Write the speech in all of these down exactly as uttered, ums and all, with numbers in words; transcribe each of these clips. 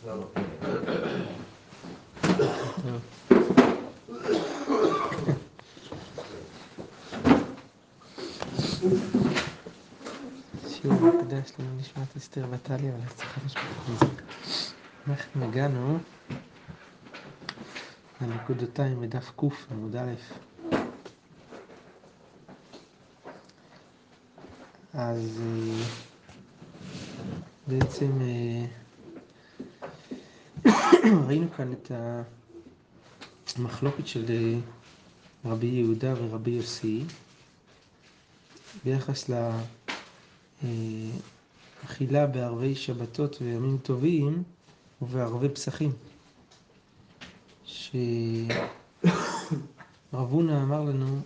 שיעור מקדש לנשמת אסתר בת עליה ולהצלחה נשמת חזק. אנחנו הגענו לנקודותיים בדף ק' עמוד א'. אז בעצם ראינו כאן את המחלוקת של רבי יהודה ורבי יוסי ביחס לאכילה בערבי שבתות וימים טובים ובערבי פסחים. שרב הונא אמר לנו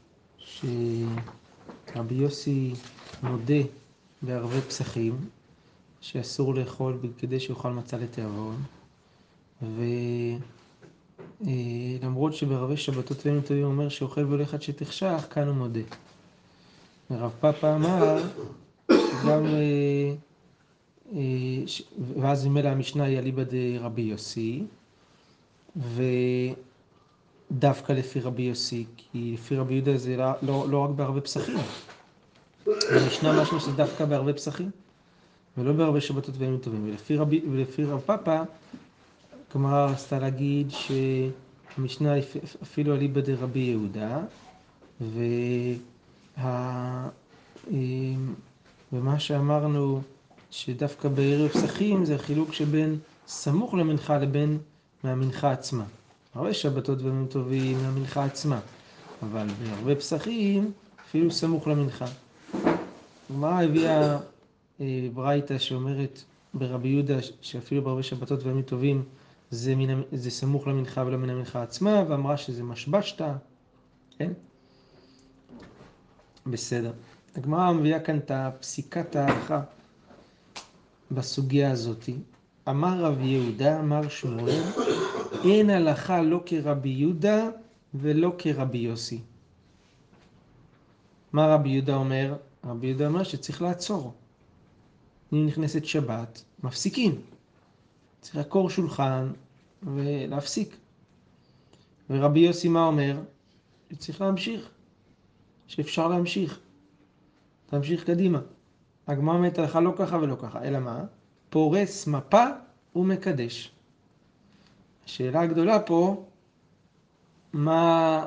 שרבי יוסי מודה בערבי פסחים שאסור לאכול כדי שיאכל מצה לתיאבון, ולמרות שבערבי שבתות וימים טובים הוא אומר שאוכל והולך עד שתחשך, כאן הוא מודה. ורב פאפא אמר שגם, ואז ממילא המשנה היא אליבא דרבי יוסי, ודווקא לפי רבי יוסי, כי לפי רבי יהודה זה לא, לא, לא רק בערבי פסחים. המשנה משהו שזה דווקא בערבי פסחים, ולא בערבי שבתות וימים טובים. ולפי, רבי, ולפי רב פאפא, כלומר רצתה להגיד שהמשנה אפילו אליבא דרבי יהודה, וה... ומה שאמרנו שדווקא בערב פסחים זה החילוק שבין סמוך למנחה לבין מהמנחה עצמה. הרבה שבתות וימים טובים מהמנחה עצמה, אבל בערבי פסחים אפילו סמוך למנחה. מה הביאה ברייתא שאומרת ברבי יהודה שאפילו בערבי שבתות וימים טובים זה, מן, זה סמוך למנחה ולא מן המנחה עצמה, ואמרה שזה משבשתא, כן? בסדר. הגמרא מביאה כאן את הפסיקת ההלכה בסוגיה הזאת. אמר רב יהודה, אמר שמואל, אין הלכה לא כרבי יהודה ולא כרבי יוסי. מה רבי יהודה אומר? רבי יהודה אומר שצריך לעצור. אם נכנסת שבת, מפסיקים. צריך לעקור שולחן ולהפסיק. ורבי יוסי מה אומר? שצריך להמשיך. שאפשר להמשיך. תמשיך קדימה. הגמרא אומרת הלכה לא ככה ולא ככה, אלא מה? פורס מפה ומקדש. השאלה הגדולה פה, מה,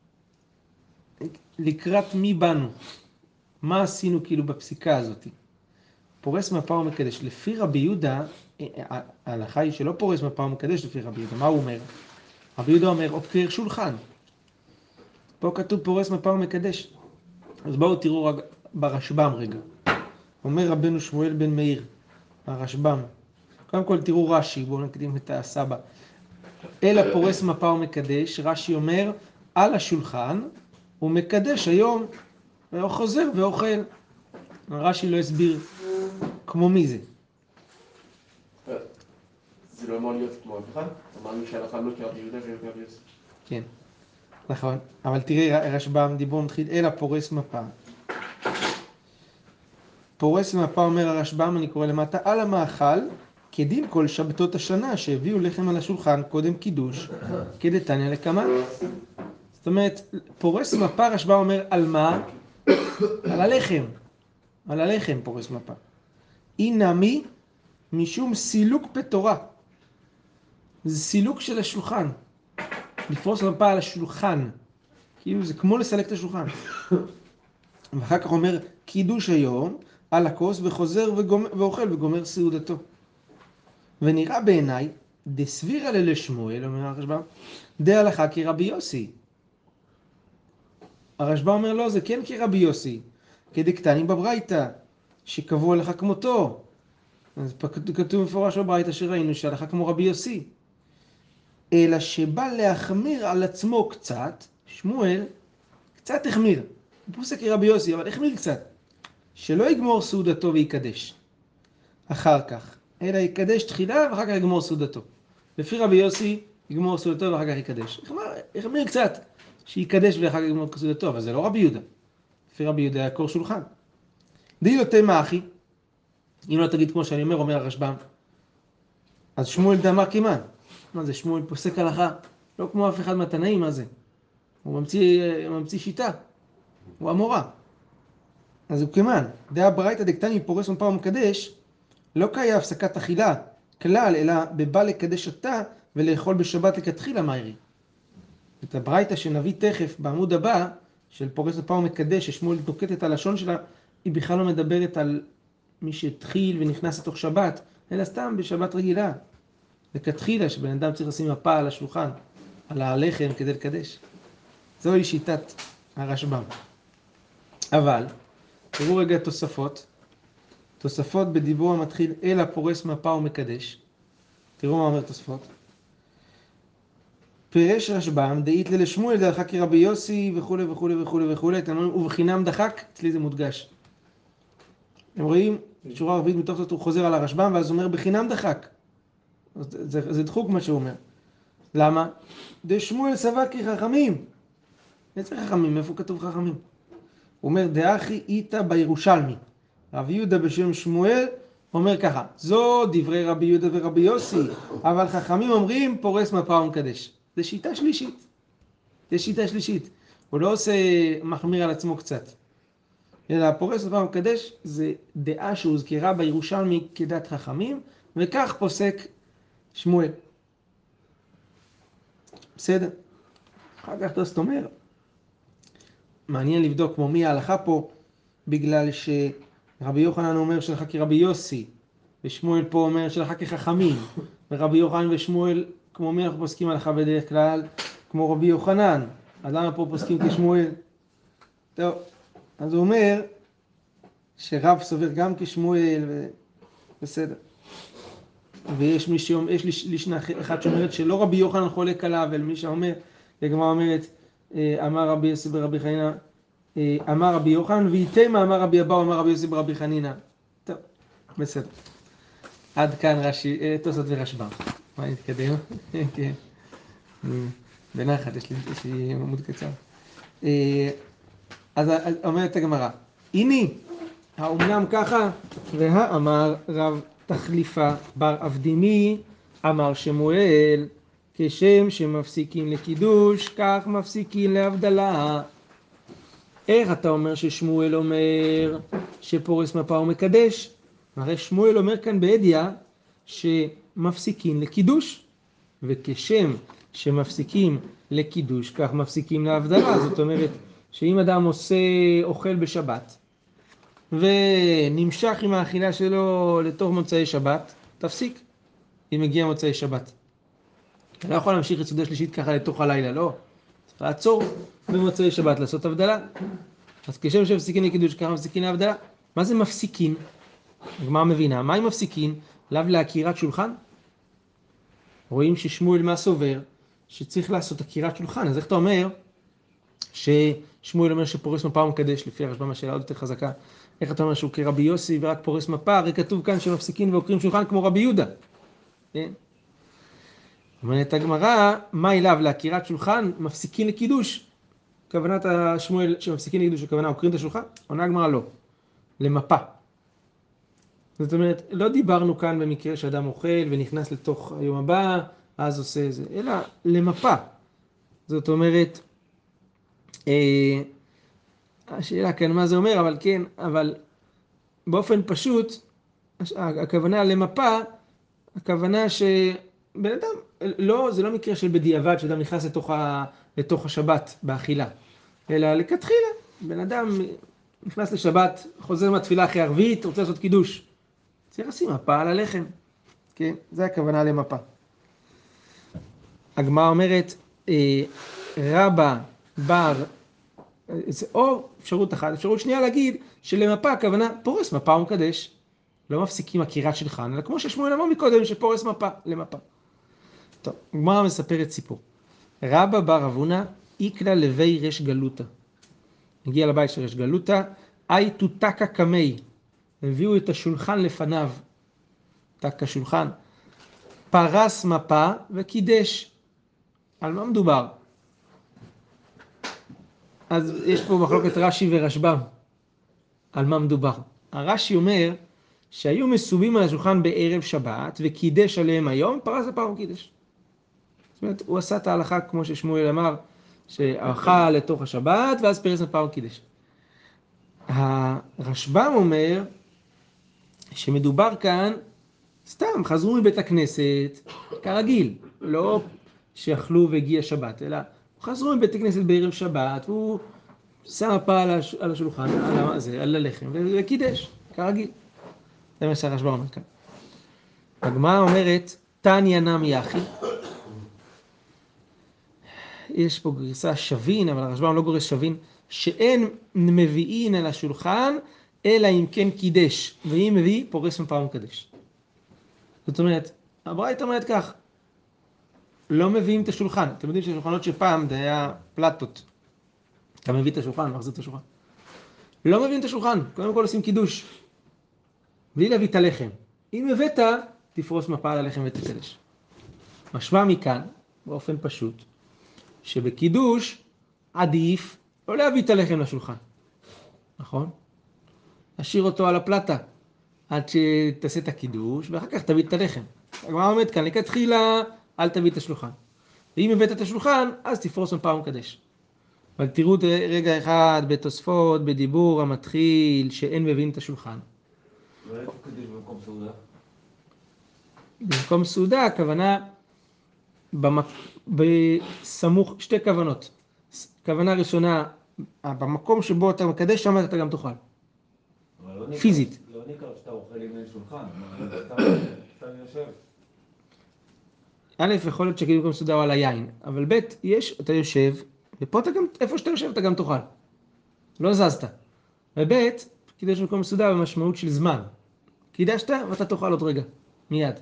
לקראת מי באנו? מה עשינו כאילו בפסיקה הזאת? פורס מפה ומקדש. לפי רבי יהודה, ההלכה היא שלא פורס מפה ומקדש לפי רבי יהודה. מה הוא אומר? רבי יהודה אומר, עוקר שולחן. פה כתוב פורס מפה ומקדש. אז בואו תראו רק ברשב"ם רגע. אומר רבנו שמואל בן מאיר, הרשב"ם. קודם כל תראו רש"י, בואו נקדים את הסבא. אלא פורס מפה ומקדש, רש"י אומר, על השולחן, הוא מקדש היום, והוא חוזר ואוכל. רש"י לא הסביר כמו מי זה. זה לא אמור להיות כמו אף אחד? אמרנו שהלכה לא כרבי יהודה ולא כרבי יוסי. כן, נכון. אבל תראי, רשב"ם דיבור מתחיל, אלא פורס מפה. פורס מפה אומר הרשב"ם, אני קורא למטה, על המאכל, כדין כל שבתות השנה שהביאו לחם על השולחן קודם קידוש, כדתניא לקמא. זאת אומרת, פורס מפה, רשב"ם אומר, על מה? על הלחם. על הלחם פורס מפה. אי נמי משום סילוק פטורה. זה סילוק של השולחן. לפרוס מפה על השולחן. כאילו זה כמו לסלק את השולחן. ואחר כך אומר, קידוש היום, על הכוס, וחוזר וגומר, ואוכל וגומר סעודתו. ונראה בעיניי, דסבירא ללשמואל, אומר הרשב"ם, דה הלכה כרבי יוסי. הרשב"ם אומר לו, זה כן כרבי יוסי, כדקטני בברייתא, שקבעו הלכה כמותו. אז כתוב מפורש בברייתא שראינו שהלכה כמו רבי יוסי. אלא שבא להחמיר על עצמו קצת, שמואל קצת החמיר. הוא פוסק כרבי יוסי, אבל החמיר קצת. שלא יגמור סעודתו ויקדש. אחר כך. אלא יקדש תחילה ואחר כך יגמור סעודתו. לפי רבי יוסי יגמור סעודתו ואחר כך יקדש. החמיר קצת. שיקדש ואחר כך יגמור סעודתו, אבל זה לא רבי יהודה. לפי רבי יהודה יעקור שולחן. די לא תמה אחי. אם לא תגיד כמו שאני אומר, אומר הרשב"ם. אז שמואל דאמר קימן. מה זה, שמואל פוסק הלכה? לא כמו אף אחד מהתנאים, מה זה? הוא ממציא, הוא ממציא שיטה. הוא המורה. אז הוא קימן. דעה ברייתא דקתני פורס מפה ומקדש, לא קהיה הפסקת אכילה כלל, אלא בבא לקדש אתה ולאכול בשבת לכתחילה מהירי. את הברייתא שנביא תכף בעמוד הבא, של פורס מפה ומקדש, ששמואל נוקט את הלשון שלה, היא בכלל לא מדברת על מי שהתחיל ונכנס לתוך שבת, אלא סתם בשבת רגילה. לכתחילה, שבן אדם צריך לשים מפה על השולחן, על הלחם כדי לקדש. זוהי שיטת הרשב"ם. אבל, תראו רגע תוספות. תוספות בדיבור המתחיל אל הפורס מפה ומקדש. תראו מה אומר תוספות. פירש רשב"ם, דאית ללשמואל דהלכה כרבי יוסי וכו' וכו' וכו' וכו'. אתם אומרים, ובחינם דחק, אצלי זה מודגש. אתם רואים, שורה רביעית מתוך זאת הוא חוזר על הרשב"ם, ואז הוא אומר, בחינם דחק. זה, זה, זה דחוק מה שהוא אומר. למה? דשמואל סבר כחכמים. איזה חכמים? איפה כתוב חכמים? הוא אומר, דאחי איתה בירושלמי. רבי יהודה בשם שמואל אומר ככה, זו דברי רבי יהודה ורבי יוסי, אבל חכמים אומרים פורס מפה ומקדש. זה שיטה שלישית. זה שיטה שלישית. הוא לא עושה מחמיר על עצמו קצת. אלא פורס מפה ומקדש זה דעה שהוזכרה בירושלמי כדת חכמים, וכך פוסק שמואל. בסדר. אחר כך תוספות אומר, מעניין לבדוק כמו מי ההלכה פה, בגלל שרבי יוחנן אומר שלך כרבי יוסי, ושמואל פה אומר שלך כחכמים, ורבי יוחנן ושמואל, כמו מי אנחנו פוסקים הלכה בדרך כלל, כמו רבי יוחנן, אז למה פה פוסקים כשמואל? טוב, אז הוא אומר שרב סובר גם כשמואל, ובסדר. ויש מי שאומר, יש לישנה אחת שאומרת שלא רבי יוחנן חולק עליו, אלא מי שאומר, הגמרא אומרת, אמר רבי יוסי ברבי חנינא, אמר רבי יוחנן, ואיתמה אמר רבי אבאו, אמר רבי יוסי ברבי חנינא. טוב, בסדר. עד כאן רש"י, תוספות ורשב"ם. מה נתקדם? כן. בנחת, יש לי עמוד קצר. אז אומרת הגמרא, הנה, האומנם ככה, והאמר רב תחליפה בר אבדימי, אמר שמואל, כשם שמפסיקים לקידוש, כך מפסיקים להבדלה. איך אתה אומר ששמואל אומר שפורס מפה ומקדש? הרי שמואל אומר כאן בעדיה שמפסיקים לקידוש, וכשם שמפסיקים לקידוש, כך מפסיקים להבדלה. זאת אומרת שאם אדם עושה אוכל בשבת, ונמשך עם האכילה שלו לתוך מוצאי שבת, תפסיק אם מגיע מוצאי שבת. אתה לא יכול להמשיך את סעודה שלישית ככה לתוך הלילה, לא. צריך לעצור במוצאי שבת, לעשות הבדלה. אז כשם שמפסיקים לקידוש, ככה מפסיקים להבדלה. מה זה מפסיקים? הגמרא מבינה, מה אם מפסיקים? לאו להכירת שולחן? רואים ששמואל מה סובר? שצריך לעשות הכירת שולחן. אז איך אתה אומר ששמואל אומר שפורס מפה ומקדש, לפי הרשב"ם השאלה עוד יותר חזקה, איך אתה אומר שהוא כרבי יוסי ורק פורס מפה? הרי כתוב כאן שמפסיקים ועוקרים שולחן כמו רבי יהודה. כן? אומרת הגמרא, מה אליו להכירת שולחן? מפסיקים לקידוש. כוונת השמואל שמפסיקים לקידוש, הכוונה עוקרים את השולחן? עונה הגמרא לא. למפה. זאת אומרת, לא דיברנו כאן במקרה שאדם אוכל ונכנס לתוך היום הבא, אז עושה זה, אלא למפה. זאת אומרת, אה, השאלה כאן מה זה אומר, אבל כן, אבל באופן פשוט, הכוונה למפה, הכוונה שבן אדם, לא, זה לא מקרה של בדיעבד, שאדם נכנס לתוך, ה, לתוך השבת באכילה, אלא לכתחילה, בן אדם נכנס לשבת, חוזר מהתפילה אחרי ערבית, רוצה לעשות קידוש. צריך לשים מפה על הלחם. כן, זה הכוונה למפה. הגמרא אומרת, אה, רבא בר, זה או אפשרות אחת, אפשרות שנייה להגיד שלמפה הכוונה פורס מפה ומקדש. לא מפסיקים עקירת שולחן, אלא כמו ששמואל אמר מקודם שפורס מפה למפה. טוב, הגמרא מספרת סיפור. רבא בר אבונה איקלה לוי רש גלותה. הגיע לבית של רש גלותה, אי תותקה קמי. הביאו את השולחן לפניו, תקה שולחן, פרס מפה וקידש. על מה מדובר? אז יש פה מחלוקת רש"י ורשב"ם. על מה מדובר? הרש"י אומר שהיו מסובים על השולחן בערב שבת, וקידש עליהם היום, פרס הפעם קידש. זאת אומרת, הוא עשה את ההלכה כמו ששמואל אמר, שאכל לתוך השבת, ואז פרס הפעם קידש. הרשב"ם אומר, שמדובר כאן, סתם, חזרו מבית הכנסת, כרגיל, לא שאכלו והגיע שבת, אלא חזרו מבית הכנסת בערב שבת, והוא שם מפה על השולחן, על, הזה, על הלחם, וקידש, כרגיל. זה מה שהרשב"ם אומר כאן. הגמרא אומרת, תניא נמי אחי. יש פה גרסה שווין, אבל הרשב"ם לא גורס שווין, שאין מביאין על השולחן, אלא אם כן קידש, ואם מביא, פורס מפה ומקדש. זאת אומרת, הברייתא אומרת כך, לא מביאים את השולחן. אתם יודעים שהשולחנות שפעם זה היה פלטות. אתה מביא את השולחן, מחזיר את השולחן. לא מביאים את השולחן, קודם כל עושים קידוש. בלי להביא את הלחם. אם הבאת, תפרוס מפה על הלחם ותקדש. משמע מכאן, באופן פשוט, שבקידוש עדיף לא להביא את הלחם לשולחן. נכון? תשאיר אותו על הפלטה, עד שתעשה את הקידוש, ואחר כך תביא את הלחם. הגמרא אומרת כאן, לכתחילה, אל תביא את השולחן. ואם הבאת את השולחן, אז תפרוס מפה ומקדש. אבל תראו רגע אחד בתוספות, בדיבור המתחיל, שאין מבין את השולחן. ואיפה קידוש במקום סעודה? במקום סעודה, הכוונה במק... בסמוך, שתי כוונות. כוונה ראשונה, במקום שבו אתה מקדש, שם אתה גם תאכל. פיזית. לא ניכר שאתה אוכל עם אין שולחן, אתה יושב. א', יכול להיות שקידוש במקום סעודה הוא על היין, אבל ב', יש, אתה יושב, ופה אתה גם, איפה שאתה יושב אתה גם תאכל. לא זזת. וב', קידוש במקום סעודה במשמעות של זמן. קידשת ואתה תאכל עוד רגע, מיד.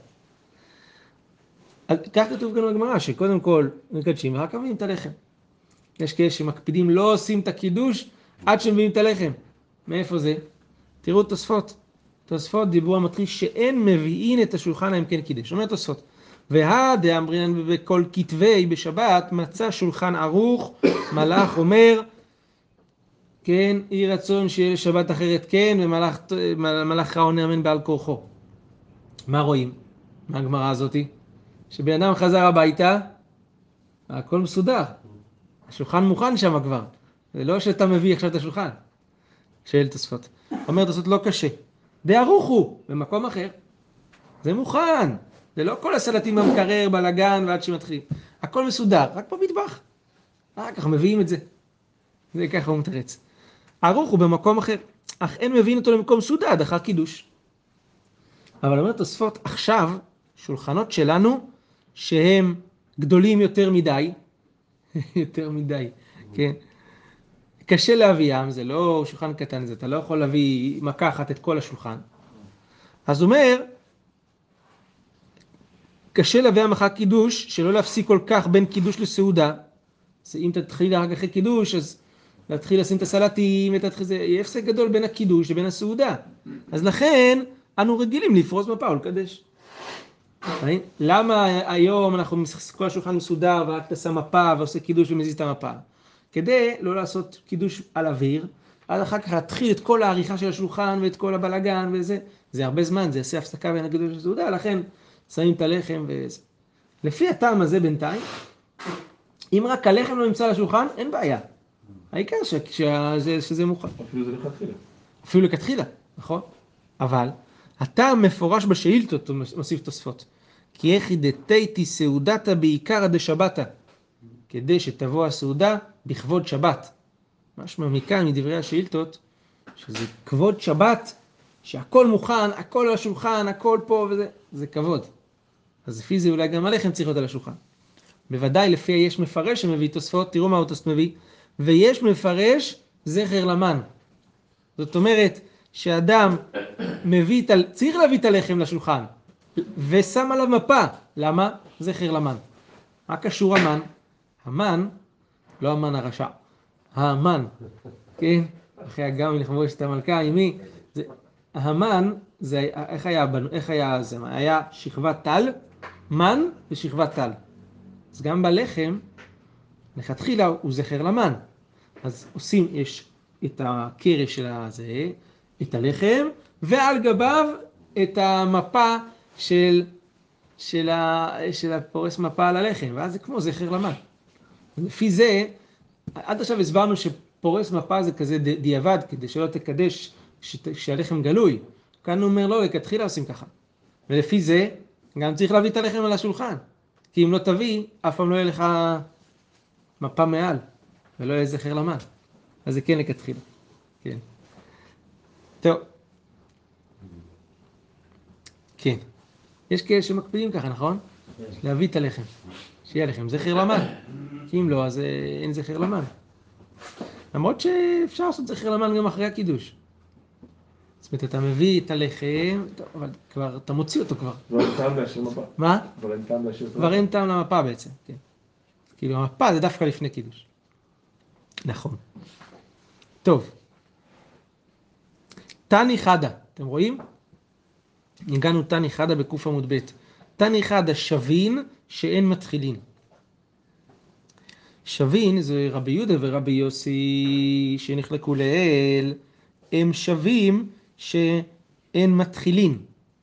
כך כתוב כאן בגמרא, שקודם כל מקדשים ורק מביאים את הלחם. יש כאלה שמקפידים לא עושים את הקידוש עד שמביאים את הלחם. מאיפה זה? תראו תוספות. תוספות דיבור המתחיל שאין מביאים את השולחן אם כן קידש. אומר תוספות. והדאמרינן בכל כתבי בשבת מצא שולחן ערוך, מלאך אומר, כן, אי רצון שיהיה לשבת אחרת כן, ומלאך עונה אמן בעל כורחו. מה רואים? מה הגמרא הזאתי? שבן אדם חזר הביתה, הכל מסודר. השולחן מוכן שם כבר. זה לא שאתה מביא עכשיו את השולחן. שאל תוספות. אומר תוספות לא קשה. די ערוכו במקום אחר. זה מוכן. זה לא כל הסלטים במקרר, בלגן ועד שמתחילים. הכל מסודר, רק במטבח. אה, ככה מביאים את זה. זה ככה הוא מתרץ. ערוך הוא במקום אחר. אך אין מבין אותו למקום סעודה, אחר קידוש. אבל אומר תוספות, עכשיו, שולחנות שלנו, שהם גדולים יותר מדי, יותר מדי, כן? קשה להביאם, זה לא שולחן קטן, זה אתה לא יכול להביא מכה אחת את כל השולחן. אז אומר, קשה להביאם אחר קידוש, שלא להפסיק כל כך בין קידוש לסעודה. אז אם תתחיל רק אחרי קידוש, אז להתחיל לשים את הסלטים, זה יהיה הפסק גדול בין הקידוש לבין הסעודה. אז לכן, אנו רגילים לפרוס מפה ולקדש. למה היום אנחנו כל השולחן מסודר ורק אתה שם מפה ועושה קידוש ומזיז את המפה? כדי לא לעשות קידוש על אוויר, עד אחר כך להתחיל את כל העריכה של השולחן ואת כל הבלגן וזה. זה הרבה זמן, זה יעשה הפסקה בין הקידוש לסעודה, לכן שמים את הלחם וזה. לפי הטעם הזה בינתיים, אם רק הלחם לא נמצא על השולחן, אין בעיה. העיקר שזה, שזה מוכן. אפילו זה לכתחילה. אפילו לכתחילה, נכון? אבל הטעם מפורש בשאילתות, מוסיף תוספות. כי איך ידתיתי סעודתה בעיקר דשבתא, כדי שתבוא הסעודה בכבוד שבת. משמע מכאן מדברי השאילתות, שזה כבוד שבת, שהכל מוכן, הכל על השולחן, הכל פה וזה, זה כבוד. אז לפי זה אולי גם הלחם צריך להיות על השולחן. בוודאי לפי יש מפרש שמביא תוספות, תראו מה הוא תוספות מביא, ויש מפרש זכר למן. זאת אומרת שאדם מביא, צריך להביא את הלחם לשולחן, ושם עליו מפה. למה? זכר למן. מה קשור המן? המן, לא המן הרשע, המן, כן? אחרי אגם לכבוש את המלכה, עם זה, המן, זה, איך היה, איך היה זה? היה שכבת טל, מן ושכבת טל. אז גם בלחם, לכתחילה הוא זכר למן. אז עושים, יש את הקרש של הזה, את הלחם, ועל גביו את המפה של, של, ה, של הפורס מפה על הלחם, ואז זה כמו זכר למד. לפי זה, עד עכשיו הסברנו שפורס מפה זה כזה דיעבד, כדי שלא תקדש שהלחם גלוי. כאן הוא אומר לא, לכתחילה עושים ככה. ולפי זה, גם צריך להביא את הלחם על השולחן. כי אם לא תביא, אף פעם לא יהיה לך מפה מעל, ולא יהיה זכר למד. אז זה כן לכתחילה. כן. טוב. כן. יש כאלה שמקפידים ככה, נכון? להביא את הלחם. שיהיה לכם זכר למד. כי אם לא, אז אין זכר למד. למרות שאפשר לעשות זכר למד גם אחרי הקידוש. זאת אומרת, אתה מביא את הלחם, טוב, אבל כבר, אתה מוציא אותו כבר. כבר אין טעם להשאיר מפה. מה? כבר אין טעם להשאיר מפה. כבר אין טעם למפה בעצם, כן. כאילו, המפה זה דווקא לפני קידוש. נכון. טוב. תני חדה, אתם רואים? הגענו תני חדה בקוף עמוד ב'. תני חדה שווין שאין מתחילין. שווין זה רבי יהודה ורבי יוסי שנחלקו לאל, הם שווים שאין מתחילין.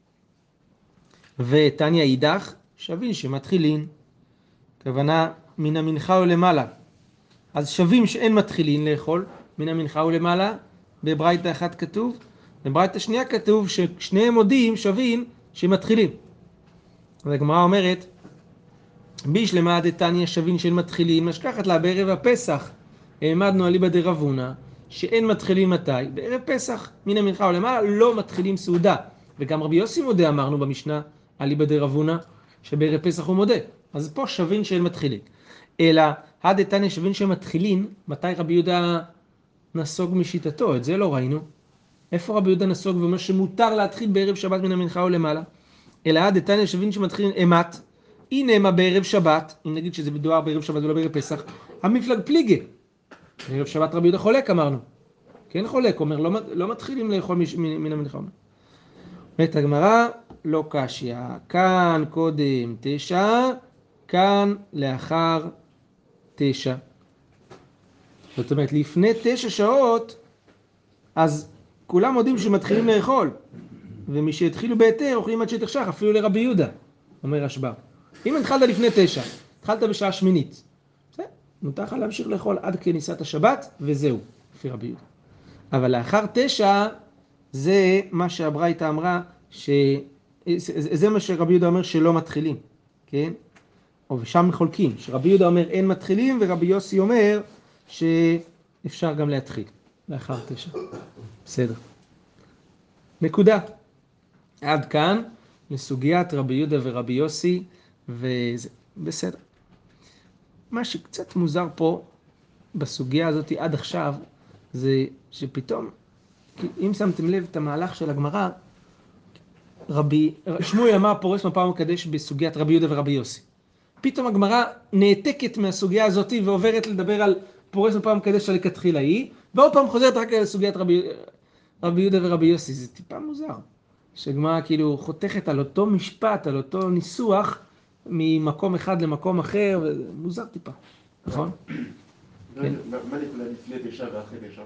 ותניא אידך שווין שמתחילין. כוונה מן המנחה ולמעלה. אז שווים שאין מתחילין לאכול, מן המנחה ולמעלה, בברייתא אחת כתוב, בברייתא שנייה כתוב ששניהם מודים שווים שמתחילים. אז הגמרא אומרת, בישלמה דתניא שווין שאין מתחילין, משכחת לה בערב הפסח, העמדנו אליבא דרבונה, שאין מתחילים מתי? בערב פסח, מן המנחה ולמעלה, לא מתחילים סעודה. וגם רבי יוסי מודה, אמרנו במשנה, אליבא דרבונה, שבערב פסח הוא מודה. אז פה שווין שאין מתחילים. אלא, הדתניא שווין שמתחילים, מתי רבי יהודה נסוג משיטתו? את זה לא ראינו. איפה רבי יהודה נסוג ואומר שמותר להתחיל בערב שבת מן המנחה ולמעלה? אלא הדתניא שווין שמתחילים אמת, הנה מה בערב שבת, אם נגיד שזה מדובר בערב שבת ולא בערב פסח, המפלג פליגה. בערב שבת רבי יהודה חולק אמרנו. כן חולק, אומר, לא, לא מתחילים לאכול מן המנחה. אומרת הגמרא, לא קשיא, כאן קודם תשע, כאן לאחר תשע. זאת אומרת, לפני תשע שעות, אז כולם יודעים שמתחילים לאכול. ומי שהתחילו בהיתר, אוכלים עד שתחשך, אפילו לרבי יהודה, אומר רשב"א. אם התחלת לפני תשע, התחלת בשעה שמינית, בסדר, מותר לך להמשיך לאכול עד כניסת השבת, וזהו, לפי רבי יהודה. אבל לאחר תשע, זה מה שהברייתא אמרה, ש... זה מה שרבי יהודה אומר שלא מתחילים, כן? או ושם חולקים, שרבי יהודה אומר אין מתחילים, ורבי יוסי אומר שאפשר גם להתחיל, לאחר תשע. בסדר. נקודה. עד כאן לסוגיית רבי יהודה ורבי יוסי, וזה בסדר. מה שקצת מוזר פה בסוגיה הזאת עד עכשיו, זה שפתאום, אם שמתם לב את המהלך של הגמרא, רבי, שמואל אמר פורס מפה ומקדש בסוגיית רבי יהודה ורבי יוסי. פתאום הגמרא נעתקת מהסוגיה הזאת ועוברת לדבר על פורס מפה ומקדש לכתחילה היא, ועוד פעם חוזרת רק על סוגיית רבי, רבי יהודה ורבי יוסי. זה טיפה מוזר. שהגמרא כאילו חותכת על אותו משפט, על אותו ניסוח, ממקום אחד למקום אחר, ומוזר טיפה, נכון? מה נקודה לפני תשע ואחרי תשע?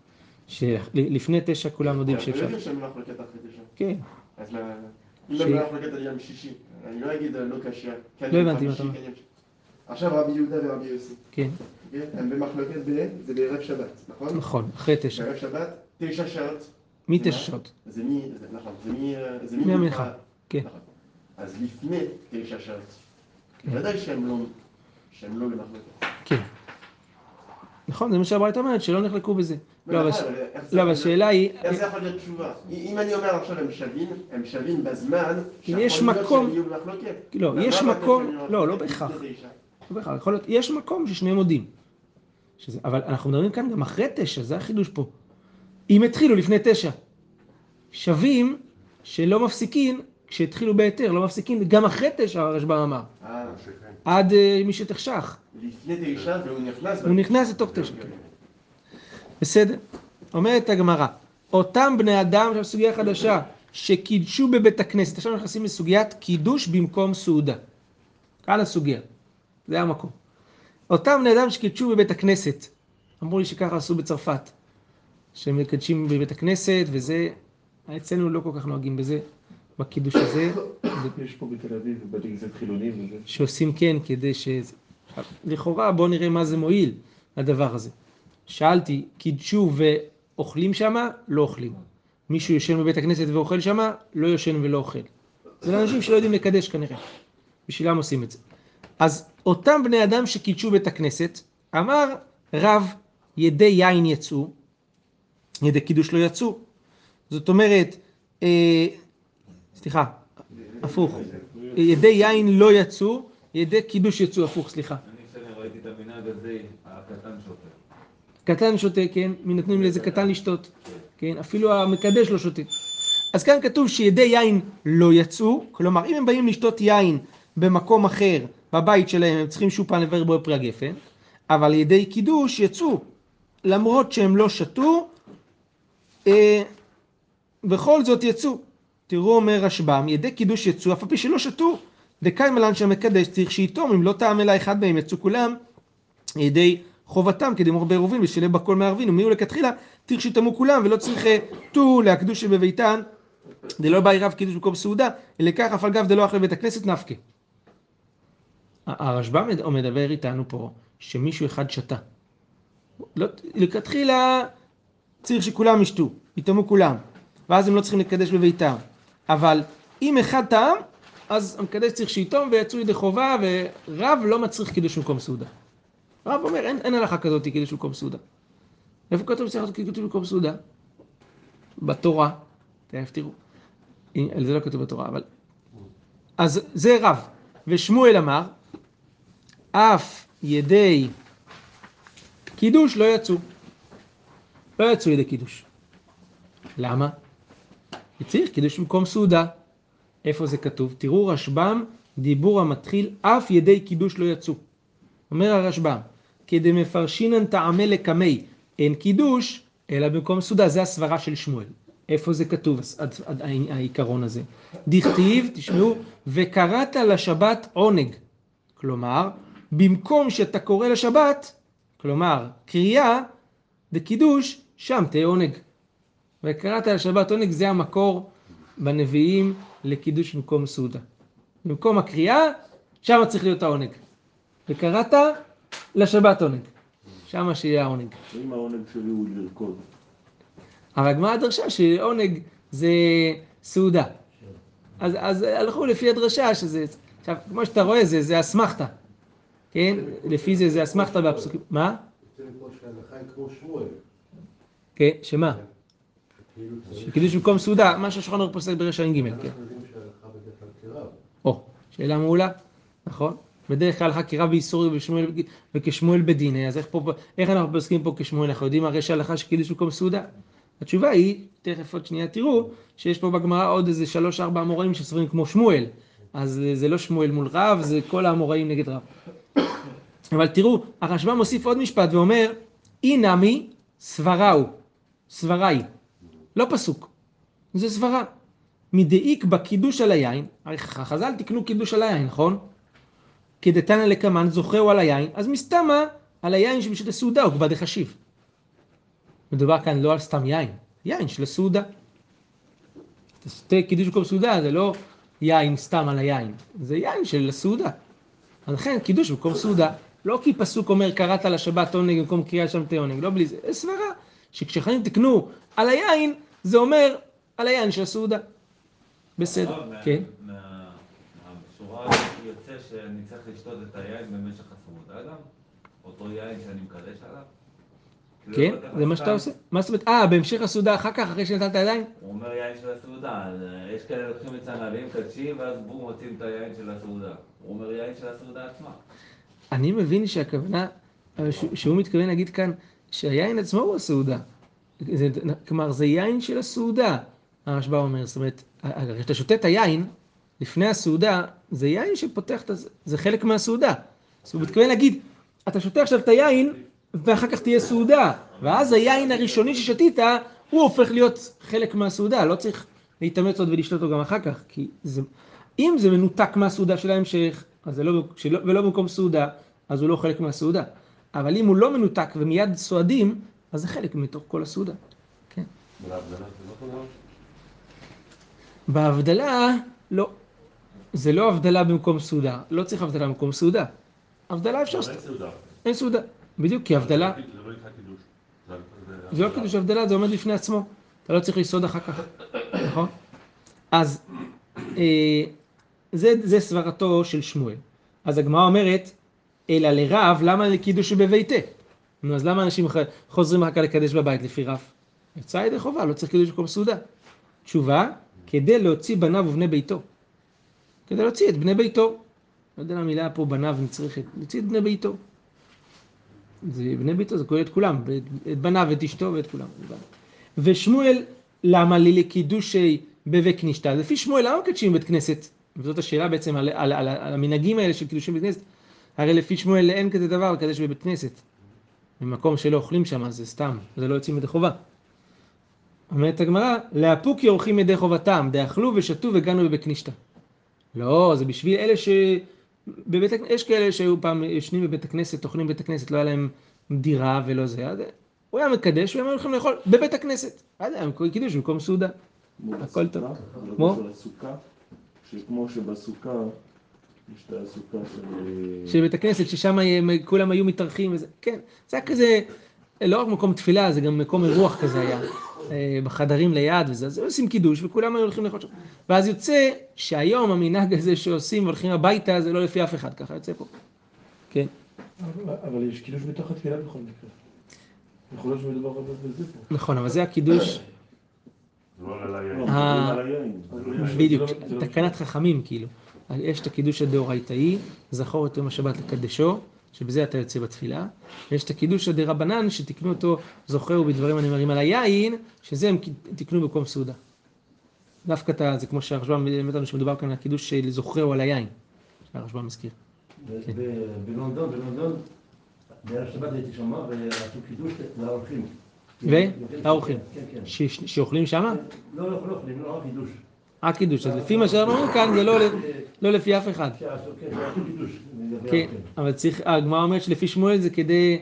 שלפני תשע כולם יודעים שאפשר. אני לא יודע שאני מחלקת אחרי תשע. כן. אז מה, אם אני מחלקת על ים שישי, אני לא אגיד לא קשיא. לא הבנתי מה אתה אומר. עכשיו רבי יהודה ורבי יוסי. כן. הם במחלקת בין, זה בערב שבת, נכון? נכון, אחרי תשע. בערב שבת, תשע שעות. מי תשע שעות? זה מי, נכון, זה מי, זה מי מהמנחה. כן. אז לפני תשע שעות. ודאי שהם לא, שהם לא במחלקת. כן. נכון, זה מה שהברייתא אומרת, שלא נחלקו בזה. לא, אבל השאלה היא... איך זה יכול להיות תשובה? אם אני אומר עכשיו הם שווים, הם שווים בזמן, יש מקום... שהם יהיו במחלוקת. לא, יש מקום... לא, לא בהכרח. לא בהכרח, יכול להיות, יש מקום ששניהם מודים. אבל אנחנו מדברים כאן גם אחרי תשע, זה החידוש פה. אם התחילו לפני תשע, שווים שלא מפסיקים, כשהתחילו בהיתר, לא מפסיקים, גם אחרי תשע הרשב"א אמר. אה, עד מי שתחשך. לפני תשע והוא נכנס... הוא נכנס לתוך תשע. בסדר. אומרת הגמרא, אותם בני אדם, עכשיו סוגיה חדשה, שקידשו בבית הכנסת, עכשיו נכנסים לסוגיית קידוש במקום סעודה. כאן הסוגיה. זה המקום. אותם בני אדם שקידשו בבית הכנסת, אמרו לי שככה עשו בצרפת, שהם מקדשים בבית הכנסת, וזה, אצלנו לא כל כך נוהגים בזה, בקידוש הזה, יש פה בתל אביב בתי כנסת חילונים וזה. שעושים כן כדי ש... עכשיו, לכאורה בואו נראה מה זה מועיל, הדבר הזה. שאלתי, קידשו ואוכלים שמה? לא אוכלים. מישהו יושן בבית הכנסת ואוכל שמה? לא יושן ולא אוכל. זה לאנשים שלא יודעים לקדש כנראה. בשבילם עושים את זה. אז אותם בני אדם שקידשו בית הכנסת, אמר רב, ידי יין יצאו, ידי קידוש לא יצאו. זאת אומרת, אה, סליחה, הפוך. ידי יין לא יצאו, ידי קידוש יצאו, הפוך, סליחה. אני שאני ראיתי את המנהג הזה, הקטן שותה. קטן שותה, כן, מי נותנים לאיזה קטן לשתות, כן, אפילו המקדש לא שותה. אז כאן כתוב שידי יין לא יצאו, כלומר, אם הם באים לשתות יין במקום אחר, בבית שלהם, הם צריכים שופן לברר בו פרי הגפן, אבל ידי קידוש יצאו, למרות שהם לא שתו, אה, בכל זאת יצאו. תראו אומר רשב"ם, ידי קידוש יצאו, אף על פי שלא שתו, דקאי מלן שהמקדש צריך שיתום, אם לא טעם אלא אחד מהם יצאו כולם, ידי חובתם, כדי מור בעירובין ושלב בכל מערבין, ומי הוא לכתחילה, צריך שיתמו כולם, ולא צריך תו להקדוש בביתן, דלא באי רב קידוש במקום סעודה, אלא כך אף על גב דלא אחרי בית הכנסת נפקה. הרשב"ם מדבר איתנו פה, שמישהו אחד שתה. לא, לכתחילה צריך שכולם ישתו, יתמו כולם, ואז הם לא צריכים לקדש בביתם. אבל אם אחד טעם, אז המקדש צריך שיתום ויצאו ידי חובה, ורב לא מצריך קידוש במקום סעודה. רב אומר, אין, אין הלכה כזאת קידוש במקום סעודה. איפה כתוב שצריך לעשות קידוש במקום סעודה? בתורה, תכף תראו. זה לא כתוב בתורה, אבל... אז זה רב. ושמואל אמר, אף ידי קידוש לא יצאו. לא יצאו ידי קידוש. למה? צריך קידוש במקום סעודה. איפה זה כתוב? תראו רשב"ם, דיבור המתחיל, אף ידי קידוש לא יצאו. אומר הרשב"ם, כדי מפרשינן טעמי לקמי, אין קידוש, אלא במקום סעודה. זה הסברה של שמואל. איפה זה כתוב, העיקרון הזה? דכתיב, תשמעו, וקראת לשבת עונג. כלומר, במקום שאתה קורא לשבת, כלומר, קריאה, בקידוש, שם תהיה עונג. וקראת לשבת עונג, זה המקור בנביאים לקידוש במקום סעודה. במקום הקריאה, שם צריך להיות העונג. וקראת לשבת עונג. שם שיהיה העונג. אם העונג שלי הוא לרקוד. אבל הגמרא דרשה שעונג זה סעודה. אז, אז הלכו לפי הדרשה שזה, עכשיו, כמו שאתה רואה, זה, זה אסמכתה. כן? לפי זה, זה אסמכתה בפסוקים. מה? יוצא מפה שההלכה היא כמו שמואל. כן, שמה? שקידוש במקום סעודה, מה שהשולחן ערוך פוסק ברש ע"ג, כן. אנחנו יודעים שההלכה בדרך כלל כרב. או, שאלה מעולה, נכון? בדרך כלל חקירה באיסור וכשמואל בדיני, אז איך, פה, איך אנחנו פוסקים פה כשמואל? אנחנו יודעים הרי שההלכה שקידוש במקום סעודה? התשובה היא, תכף עוד שנייה תראו, שיש פה בגמרא עוד איזה שלוש ארבע אמוראים שסוברים כמו שמואל. אז זה לא שמואל מול רב, זה כל האמוראים נגד רב. אבל תראו, הרשב"ם מוסיף עוד משפט ואומר, אי נמי סבראו, סבראי, לא פסוק, זה סברה. מדאיק בקידוש על היין, הרי חז"ל תקנו קידוש על היין, נכון? כדתנא לקמן זוכהו על היין, אז מסתמה על היין שבשביל הסעודה הוא כבר דחשיב. מדובר כאן לא על סתם יין, יין של הסעודה. קידוש במקום סעודה זה לא יין סתם על היין, זה יין של הסעודה. אז לכן קידוש במקום סעודה, לא כי פסוק אומר קראת לשבת עונג במקום קריאה שם תהיה עונג, לא בלי זה, זה סברה שכשחיים תקנו על היין, זה אומר על היין של הסעודה. בסדר, כן. מהשורה יוצא שאני צריך לשתות את היין במשך הסעודה גם? אותו יין שאני מקדש עליו? כן, זה מה שאתה עושה. מה זאת אומרת? אה, בהמשך הסעודה אחר כך, אחרי שנתת הידיים? הוא אומר יין של הסעודה, אז יש כאלה לוקחים את הנעלים קדשים ואז בום מוצאים את היין של הסעודה. הוא אומר יין של הסעודה עצמה. אני מבין שהכוונה, שהוא מתכוון להגיד כאן, שהיין עצמו הוא הסעודה. כלומר, זה יין של הסעודה, הרשב"ם אומר. זאת אומרת, כשאתה שותה את היין, לפני הסעודה, זה יין שפותח את זה, זה חלק מהסעודה. אז הוא מתכוון להגיד, אתה שותה עכשיו את היין, ואחר כך תהיה סעודה, ואז היין הראשוני ששתית, הוא הופך להיות חלק מהסעודה, לא צריך להתאמץ עוד ולשתות אותו גם אחר כך, כי זה, אם זה מנותק מהסעודה של ההמשך, אז זה לא, שלא, ולא במקום סעודה, אז הוא לא חלק מהסעודה. אבל אם הוא לא מנותק ומיד סועדים, אז זה חלק מתוך כל הסעודה. כן. בהבדלה, לא. זה לא הבדלה במקום סעודה. לא צריך הבדלה במקום סעודה. הבדלה אפשר... אין סעודה. אין סעודה. בדיוק, כי הבדלה... זה לא נקרא קידוש. זה לא קידוש הבדלה, זה עומד בפני עצמו. אתה לא צריך לסעוד אחר כך. נכון? אז אה, זה, זה סברתו של שמואל. אז הגמרא אומרת, אלא לרב, למה לקידוש בביתה? נו, אז למה אנשים חוזרים אחר כך לקדש בבית לפי רב? יצא ידי חובה, לא צריך קידוש במקום סעודה. תשובה, כדי להוציא בניו ובני ביתו. כדי להוציא את בני ביתו. לא יודע למילה פה בניו נצריכת, להוציא את בני ביתו. זה בני ביתו, זה כולל את כולם, את בניו ואת אשתו ואת כולם. ושמואל, למה לי לקידושי בבית כנישתא? לפי שמואל, למה מקדשים בית כנסת? וזאת השאלה בעצם על, על, על, על המנהגים האלה של קידושים בבית כנסת. הרי לפי שמואל אין כזה דבר לקדש בבית כנסת. במקום שלא אוכלים שם, זה סתם, זה לא יוצאים ידי חובה. אומרת הגמרא, להפוק יורחים ידי חובתם, דאכלו ושתו וגנו בבית כנישתא. לא, זה בשביל אלה ש... בבית... יש כאלה שהיו פעם ישנים בבית הכנסת, אוכלים בבית הכנסת, לא היה להם דירה ולא זה. אז הוא היה מקדש והם הולכים לאכול בבית הכנסת. אז הם קידוש במקום סעודה. הכל טוב. כמו? כמו שבסוכה, יש את הסוכה של... שבבית הכנסת, ששם כולם היו מתארחים וזה. כן, זה היה כזה, לא רק מקום תפילה, זה גם מקום אירוח כזה היה. בחדרים ליד וזה, אז עושים קידוש וכולם היו הולכים לאכול שם. ואז יוצא שהיום המנהג הזה שעושים והולכים הביתה, זה לא לפי אף אחד, ככה יוצא פה. כן. אבל יש קידוש בתוך התפילה בכל מקרה. יכול להיות שמדובר הרבה בזה פה. נכון, אבל זה הקידוש... לא על היין. בדיוק, תקנת חכמים כאילו. יש את הקידוש הדאורייתאי, זכור את יום השבת לקדשו, שבזה אתה יוצא בתפילה, ויש את הקידוש הדרבנן שתקנו אותו זוכר ובדברים הנאמרים על היין, שזה הם תקנו במקום סעודה. דווקא אתה, זה כמו שהרשב"ם באמת לנו שמדובר כאן על הקידוש של זוכר או על היין, שהרשב"ם מזכיר. בלונדון, בלונדון, בערב שבת הייתי שם ועשו קידוש לאורחים. ולאורחים? כן, כן. שאוכלים שם? לא, לא אוכלים, לא, קידוש. אה, קידוש, אז לפי מה שאנחנו אומרים כאן זה לא לפי אף אחד. כן, אבל צריך, הגמרא אומרת שלפי שמואל זה כדי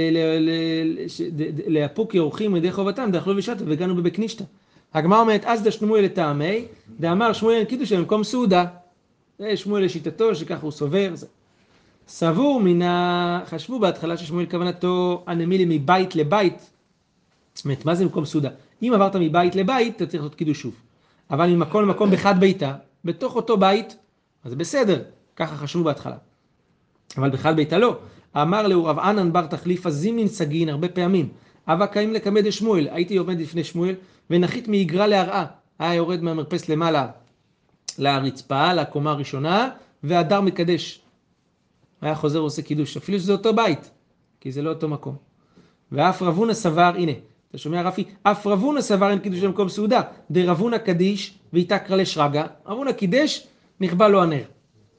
להפוק יורחים ידי חובתם, דאכלו ושתו וגנו בבית כנישתא. הגמרא אומרת, אז דשמואל לטעמי, דאמר שמואל קידוש במקום סעודה. זה שמואל לשיטתו, שכך הוא סובר. סבור מן ה... חשבו בהתחלה ששמואל כוונתו הנמילי מבית לבית. זאת אומרת, מה זה במקום סעודה? אם עברת מבית לבית, אתה צריך לעשות קידוש שוב. אבל ממקום למקום בחד ביתה, בתוך אותו בית, אז בסדר, ככה חשבו בהתחלה. אבל בחד ביתה לא. אמר לו רב ענן בר תחליפה זימין סגין הרבה פעמים. אבא קיים לקמד שמואל, הייתי יורד לפני שמואל, ונחית מיגרה להרעה. היה יורד מהמרפס למעלה לרצפה, לקומה הראשונה, והדר מקדש. היה חוזר ועושה קידוש, אפילו שזה אותו בית, כי זה לא אותו מקום. ואף רבונה סבר, הנה, אתה שומע רפי? אף רבונה סבר אין קידוש במקום סעודה, דרבונה קדיש ואיתה קרא לשרגה, רבונה קידש, נכבה לו הנר.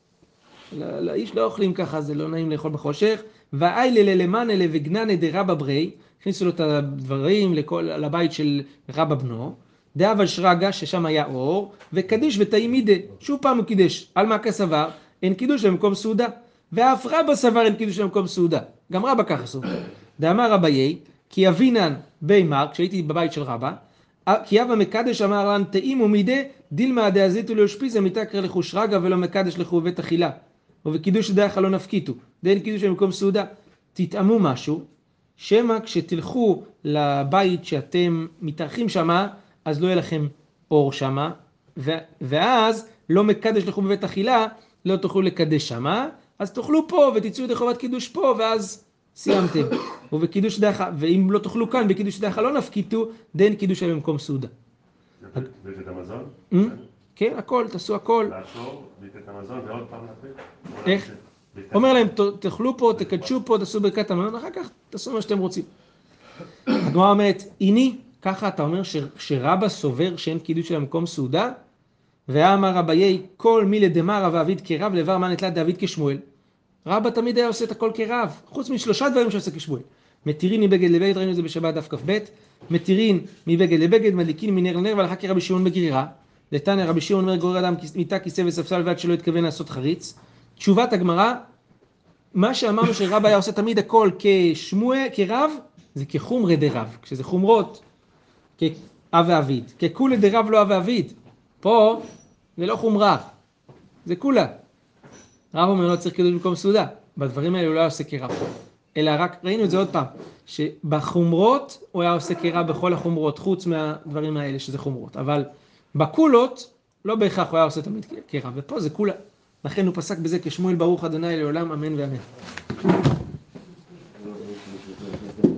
לאיש לא אוכלים ככה, זה לא נעים לאכול בחושך. ואי ללמנה לבגננה דרבא ברי, הכניסו לו את הדברים לכל, לבית של רבא בנו, דאבל שרגה ששם היה אור, וקדיש ותאי מידה, שוב פעם הוא קידש, על מה כסבר, אין קידוש במקום סעודה. ואף רבא סבר אין קידוש במקום סעודה, גם רבא ככה סובר. דאמר רביי, כי אבינן בימר, כשהייתי בבית של רבא, כי אבא מקדש אמר לן תאים ומידה, דילמה דאזיתו לאושפיזה מתקרא לכו שרגה ולא מקדש לכו בית אכילה. ובקידוש דרך לא נפקיתו, דאין קידוש במקום סעודה. תתאמו משהו, שמה כשתלכו לבית שאתם מתארחים שמה, אז לא יהיה לכם אור שמה, ואז לא מקדש לכו בבית אכילה, לא תוכלו לקדש שמה, אז תאכלו פה ותצאו ידי חובת קידוש פה, ואז סיימתם. ובקידוש דרך, ואם לא תאכלו כאן, בקידוש דרך לא נפקיתו, דאין קידוש במקום סעודה. ואת המזון? כן, הכל, תעשו הכל. לעצור, ברכת המזון ועוד פעם להפריד? איך? אומר להם, תאכלו פה, תקדשו פה, תעשו ברכת המזון, אחר כך תעשו מה שאתם רוצים. הגמרא אומרת, הנה, ככה אתה אומר שרבא סובר שאין קידוש של המקום סעודה, ואמר רביי, כל מילי דמרא ואביד כרב לבר מה נטלה דאביד כשמואל. רבא תמיד היה עושה את הכל כרב, חוץ משלושה דברים שעושה כשמואל. מתירין מבגד לבגד, ראינו את זה בשבת דף כ"ב, מתירין מבגד לבגד, מדליקין מנר לנר, והלכה כרבי שמעון בגרירה. לתניא רבי שמעון אומר גורר אדם מיטה כיסא וספסל ועד שלא התכוון לעשות חריץ. תשובת הגמרא, מה שאמרנו שרבא היה עושה תמיד הכל כשמואל, כרב, זה כחומרי דרב, כשזה חומרות, כאב ואביד, ככולי דרב לא אב ואביד. פה זה לא חומרה, זה כולה. רב אומר לא צריך קידוש במקום סעודה. בדברים האלה הוא לא היה עושה קרע. אלא רק, ראינו את זה עוד פעם, שבחומרות הוא היה עושה קרע בכל החומרות, חוץ מהדברים האלה שזה חומרות. אבל בקולות לא בהכרח הוא היה עושה תמיד קרע, ופה זה כולה. לכן הוא פסק בזה כשמואל ברוך ה' לעולם, אמן ואמן.